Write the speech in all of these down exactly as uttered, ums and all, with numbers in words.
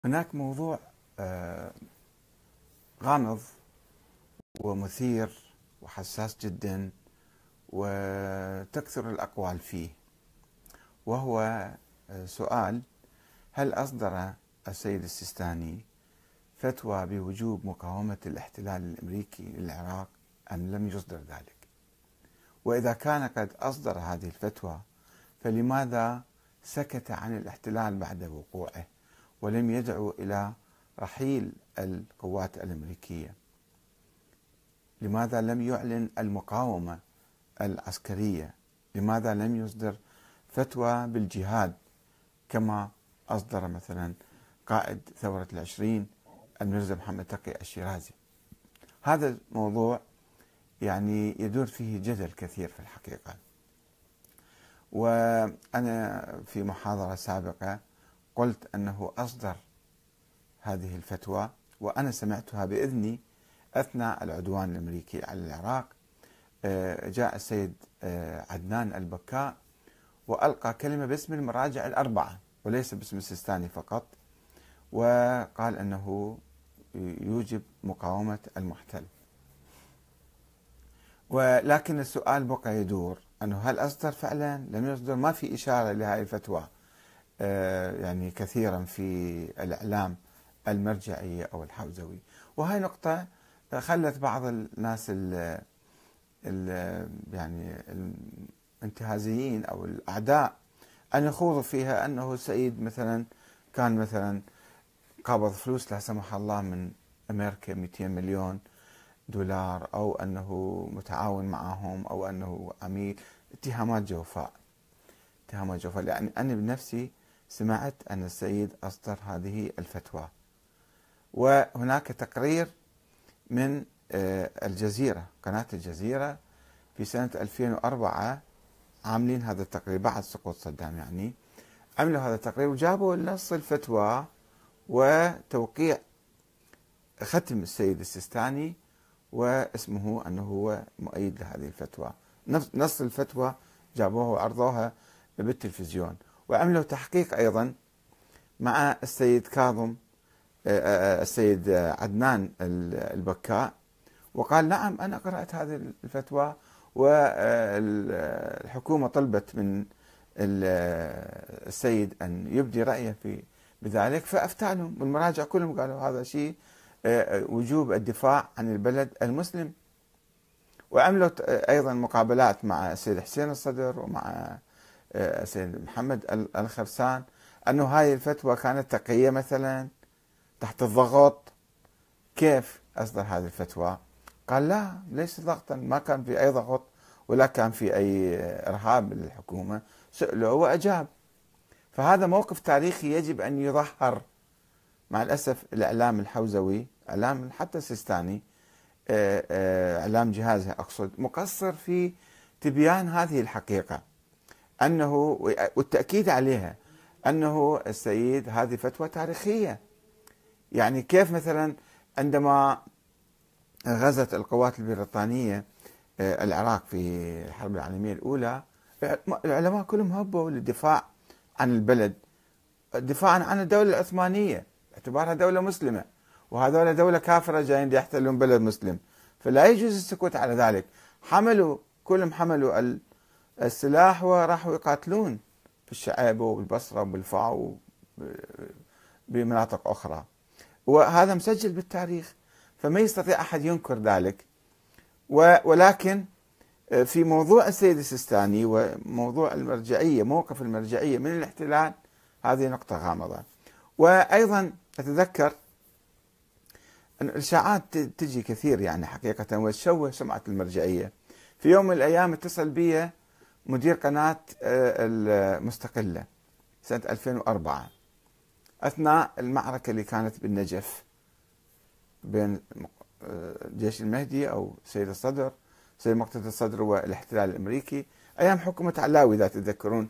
هناك موضوع آه، غامض ومثير وحساس جدا، وتكثر الأقوال فيه، وهو آه، سؤال: هل أصدر السيد السيستاني فتوى بوجوب مقاومة الاحتلال الأمريكي للعراق أم لم يصدر ذلك؟ وإذا كان قد أصدر هذه الفتوى، فلماذا سكت عن الاحتلال بعد وقوعه ولم يدعو إلى رحيل القوات الأمريكية؟ لماذا لم يعلن المقاومة العسكرية؟ لماذا لم يصدر فتوى بالجهاد كما أصدر مثلا قائد ثورة العشرين الميرزا محمد تقي الشيرازي؟ هذا الموضوع يعني يدور فيه جدل كثير في الحقيقة. وأنا في محاضرة سابقة قلت أنه أصدر هذه الفتوى، وأنا سمعتها بإذني أثناء العدوان الأمريكي على العراق. جاء السيد عدنان البكاء وألقى كلمة باسم المراجع الأربعة وليس باسم السيستاني فقط، وقال أنه يوجب مقاومة المحتل. ولكن السؤال بقى يدور أنه هل أصدر فعلا؟ لم يصدر؟ ما في إشارة لهذه الفتوى يعني كثيرا في الإعلام المرجعية أو الحوزوي، وهي نقطة خلت بعض الناس ال ال يعني الانتهازيين أو الأعداء أن يخوضوا فيها أنه السيد مثلا كان مثلا قابض فلوس لا سمح الله من أمريكا مئتين مليون دولار، أو أنه متعاون معهم، أو أنه عميل. اتهامات جوفاء، اتهامات جوفاء، لأن أنا بنفسي سمعت أن السيد أصدر هذه الفتوى. وهناك تقرير من الجزيرة، قناة الجزيرة، في سنة ألفين وأربعة عاملين هذا التقرير بعد سقوط صدام، يعني عملوا هذا التقرير وجابوا نص الفتوى وتوقيع ختم السيد السيستاني واسمه أنه هو مؤيد لهذه الفتوى. نص الفتوى جابوها وعرضوها بالتلفزيون، وعملوا تحقيق أيضا مع السيد كاظم السيد عدنان البكاء، وقال نعم أنا قرأت هذه الفتوى، والحكومة طلبت من السيد أن يبدي رأيه في بذلك، فأفتى لهم، والمراجع كلهم قالوا هذا شيء وجوب الدفاع عن البلد المسلم. وعملوا أيضا مقابلات مع السيد حسين الصدر ومع السيد محمد الخرسان أنه هذه الفتوى كانت تقية مثلا تحت الضغط. كيف أصدر هذه الفتوى؟ قال لا، ليس ضغطا، ما كان في أي ضغط ولا كان في أي إرهاب للحكومة. سألوا وأجاب. فهذا موقف تاريخي يجب أن يظهر. مع الأسف الإعلام الحوزوي، إعلام حتى السيستاني، إعلام جهازه أقصد، مقصر في تبيان هذه الحقيقة، أنه والتأكيد عليها أنه السيد هذه فتوى تاريخية. يعني كيف مثلا عندما غزت القوات البريطانية العراق في الحرب العالمية الأولى، العلماء كلهم هبوا للدفاع عن البلد، دفاعا عن الدولة العثمانية باعتبارها دولة مسلمة، وهذول دولة كافرة جايين يحتلون بلد مسلم، فلا يجوز السكوت على ذلك. حملوا كلهم حملوا السلاح وراحوا يقاتلون في الشعيبة وبالبصرة وبالفاو بمناطق أخرى، وهذا مسجل بالتاريخ، فما يستطيع أحد ينكر ذلك. ولكن في موضوع السيد السيستاني وموضوع المرجعية، موقف المرجعية من الاحتلال، هذه نقطة غامضة. وأيضا أتذكر أن الإشاعات تجي كثير يعني حقيقة وتشوه سمعة المرجعية. في يوم من الأيام اتصل بي مدير قناة المستقلة سنة ألفين وأربعة أثناء المعركة اللي كانت بالنجف بين جيش المهدي أو سيد الصدر سيد مقتدى الصدر والاحتلال الأمريكي أيام حكومة علاوي إذا تتذكرون.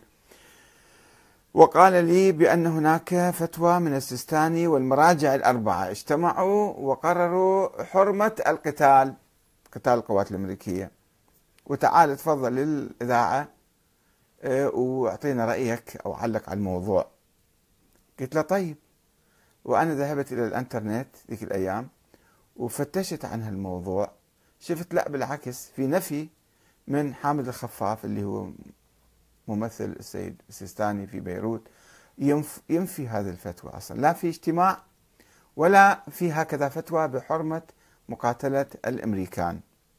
وقال لي بأن هناك فتوى من السيستاني والمراجع الأربعة اجتمعوا وقرروا حرمة القتال، قتال القوات الأمريكية، وتعال تفضل للإذاعة واعطينا رأيك أو علق على الموضوع. قلت له طيب. وأنا ذهبت إلى الإنترنت ذيك الأيام وفتشت عن هالموضوع، شفت لا بالعكس في نفي من حامد الخفاف اللي هو ممثل السيد السيستاني في بيروت، ينف ينفي هذه الفتوى أصلا، لا في اجتماع ولا في هكذا فتوى بحرمة مقاتلة الأمريكان.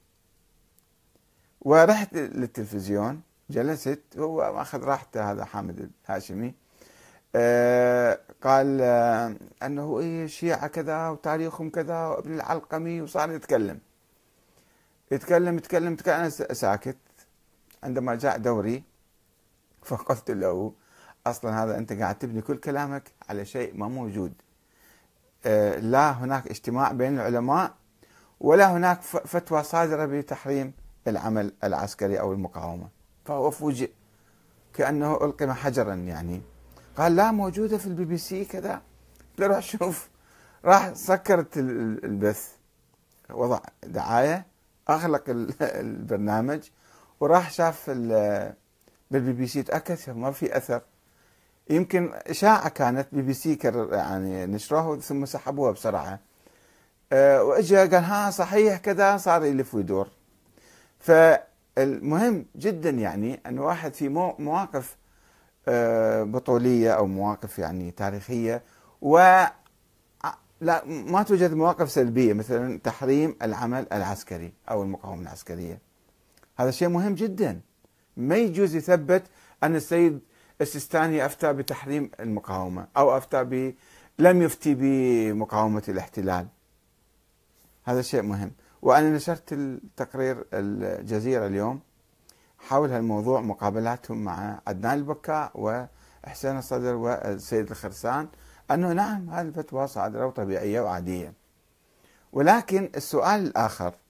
ورحت للتلفزيون، جلست، هو أخذ راحته هذا حامد الهاشمي، آه قال آه أنه إيه الشيعة كذا وتاريخهم كذا وابن العلقمي، وصار يتكلم يتكلم يتكلم يتكلم أنا ساكت. عندما جاء دوري فقلت له أصلا هذا أنت قاعد تبني كل كلامك على شيء ما موجود، آه لا هناك اجتماع بين العلماء ولا هناك فتوى صادرة بتحريم العمل العسكري أو المقاومة. فهو فوجئ كأنه ألقم حجرا يعني، قال لا موجودة في البي بي سي كذا. روح شوف، راح سكرت البث، وضع دعاية، أغلق البرنامج وراح شاف بالبي بي سي، تأكد ما في أثر. يمكن إشاعة كانت بي بي سي يعني نشروه ثم سحبوها بسرعة. أه وإجا قال ها صحيح كذا، صار يلف ويدور. فالمهم جدا يعني أن واحد في مواقف بطولية أو مواقف يعني تاريخية، و لا ما توجد مواقف سلبية مثلا تحريم العمل العسكري أو المقاومة العسكرية. هذا شيء مهم جدا. ما يجوز يثبت أن السيد السيستاني أفتى بتحريم المقاومة أو أفتى ب لم يفتي بمقاومة الاحتلال. هذا شيء مهم. وأنا نشرت التقرير الجزيرة اليوم حول هالموضوع، مقابلاتهم مع عدنان البكاء وحسين الصدر والسيد الخرسان، أنه نعم هذه الفتوى صادرة وطبيعية وعادية. ولكن السؤال الآخر